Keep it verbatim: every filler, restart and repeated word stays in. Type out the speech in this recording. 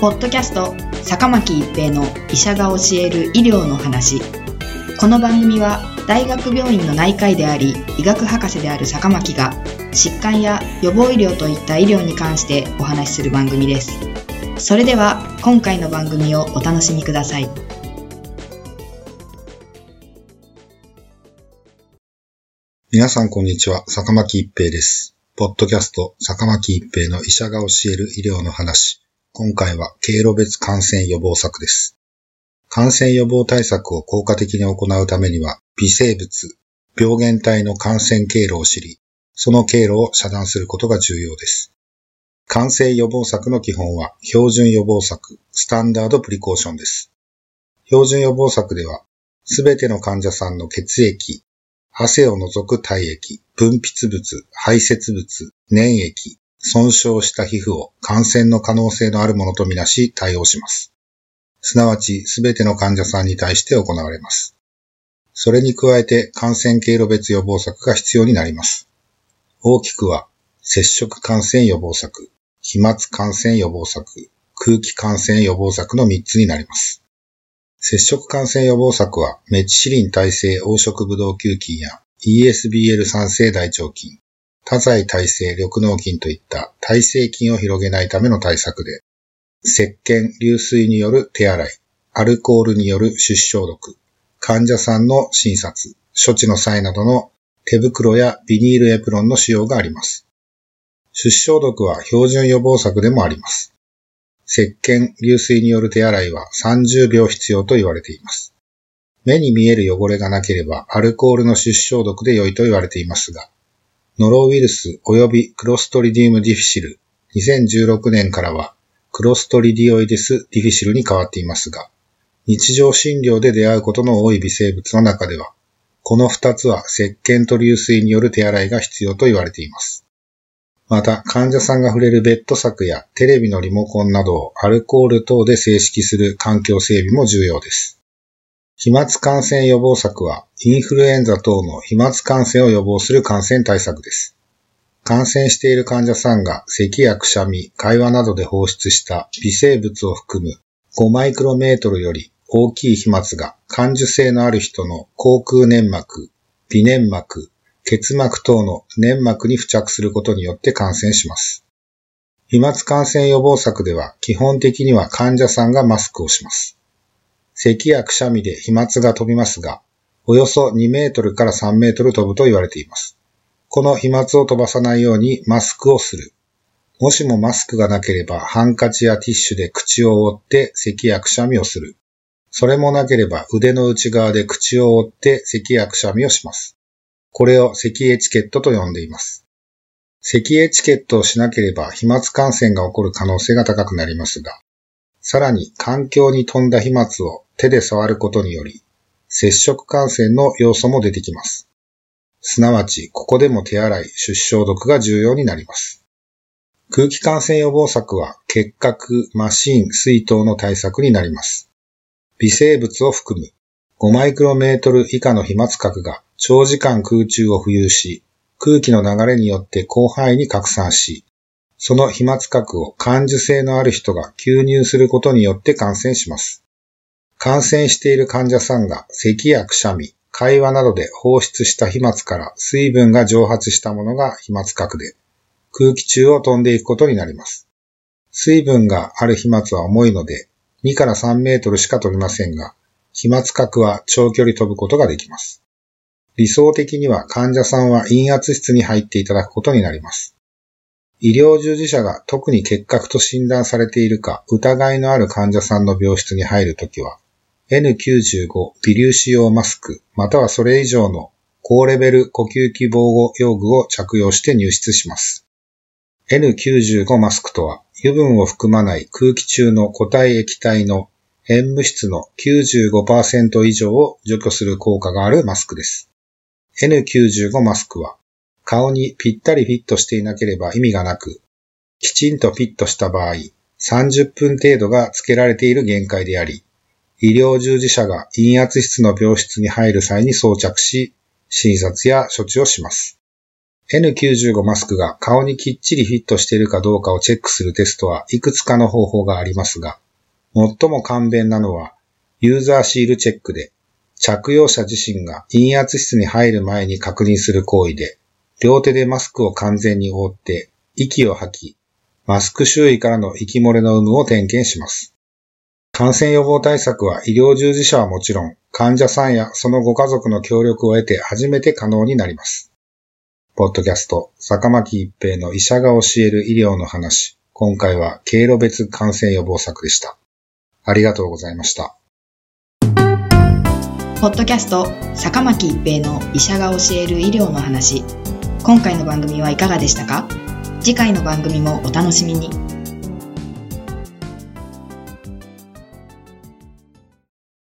ポッドキャスト坂巻一平の医者が教える医療の話。この番組は大学病院の内科医であり医学博士である坂巻が疾患や予防医療といった医療に関してお話しする番組です。それでは今回の番組をお楽しみください。 皆さんこんにちは、坂巻一平です。ポッドキャスト坂巻一平の医者が教える医療の話。今回は経路別感染予防策です。感染予防対策を効果的に行うためには、微生物、病原体の感染経路を知り、その経路を遮断することが重要です。感染予防策の基本は、標準予防策、スタンダードプリコーションです。標準予防策では、すべての患者さんの血液、汗を除く体液、分泌物、排泄物、粘液、損傷した皮膚を感染の可能性のあるものとみなし対応します。すなわち、すべての患者さんに対して行われます。それに加えて感染経路別予防策が必要になります。大きくは、接触感染予防策、飛沫感染予防策、空気感染予防策のみっつになります。接触感染予防策は、メチシリン耐性黄色ブドウ球菌や イーエスビーエル 酸性大腸菌、多剤耐性緑膿菌といった耐性菌を広げないための対策で、石鹸、流水による手洗い、アルコールによる手指消毒、患者さんの診察、処置の際などの手袋やビニールエプロンの使用があります。手指消毒は標準予防策でもあります。石鹸、流水による手洗いはさんじゅうびょう必要と言われています。目に見える汚れがなければアルコールの手指消毒で良いと言われていますが、ノロウイルス及びクロストリディウムディフィシル、にせんじゅうろくねんからはクロストリディオイデスディフィシルに変わっていますが、日常診療で出会うことの多い微生物の中では、このふたつは石鹸と流水による手洗いが必要と言われています。また、患者さんが触れるベッド柵やテレビのリモコンなどをアルコール等で清拭する環境整備も重要です。飛沫感染予防策は、インフルエンザ等の飛沫感染を予防する感染対策です。感染している患者さんが咳やくしゃみ、会話などで放出した微生物を含むごマイクロメートルより大きい飛沫が感受性のある人の口腔粘膜、鼻粘膜、結膜等の粘膜に付着することによって感染します。飛沫感染予防策では基本的には患者さんがマスクをします。咳やくしゃみで飛沫が飛びますが、およそにメートルからさんメートル飛ぶと言われています。この飛沫を飛ばさないようにマスクをする。もしもマスクがなければハンカチやティッシュで口を覆って咳やくしゃみをする。それもなければ腕の内側で口を覆って咳やくしゃみをします。これを咳エチケットと呼んでいます。咳エチケットをしなければ飛沫感染が起こる可能性が高くなりますが、さらに環境に飛んだ飛沫を手で触ることにより、接触感染の要素も出てきます。すなわち、ここでも手洗い、手指消毒が重要になります。空気感染予防策は結核、麻疹、水等の対策になります。微生物を含むごマイクロメートル以下の飛沫核が長時間空中を浮遊し、空気の流れによって広範囲に拡散し、その飛沫核を感受性のある人が吸入することによって感染します。感染している患者さんが咳やくしゃみ、会話などで放出した飛沫から水分が蒸発したものが飛沫核で、空気中を飛んでいくことになります。水分がある飛沫は重いので、にからさんメートルしか飛びませんが、飛沫核は長距離飛ぶことができます。理想的には患者さんは陰圧室に入っていただくことになります。医療従事者が特に結核と診断されているか疑いのある患者さんの病室に入るときは、エヌきゅうじゅうご 微粒子用マスクまたはそれ以上の高レベル呼吸器防護用具を着用して入室します。エヌきゅうじゅうご マスクとは油分を含まない空気中の固体液体の塩無質の きゅうじゅうごパーセント 以上を除去する効果があるマスクです。エヌきゅうじゅうご マスクは顔にぴったりフィットしていなければ意味がなく、きちんとフィットした場合、さんじゅっぷん程度がつけられている限界であり、医療従事者が陰圧室の病室に入る際に装着し、診察や処置をします。 エヌきゅうじゅうご マスクが顔にきっちりフィットしているかどうかをチェックするテストはいくつかの方法がありますが、最も簡便なのはユーザーシールチェックで、着用者自身が陰圧室に入る前に確認する行為で、両手でマスクを完全に覆って息を吐き、マスク周囲からの息漏れの有無を点検します。感染予防対策は医療従事者はもちろん、患者さんやそのご家族の協力を得て初めて可能になります。ポッドキャスト、坂巻一平の医者が教える医療の話。今回は経路別感染予防策でした。ありがとうございました。 ポッドキャスト、坂巻一平の医者が教える医療の話。今回の番組はいかがでしたか？次回の番組もお楽しみに。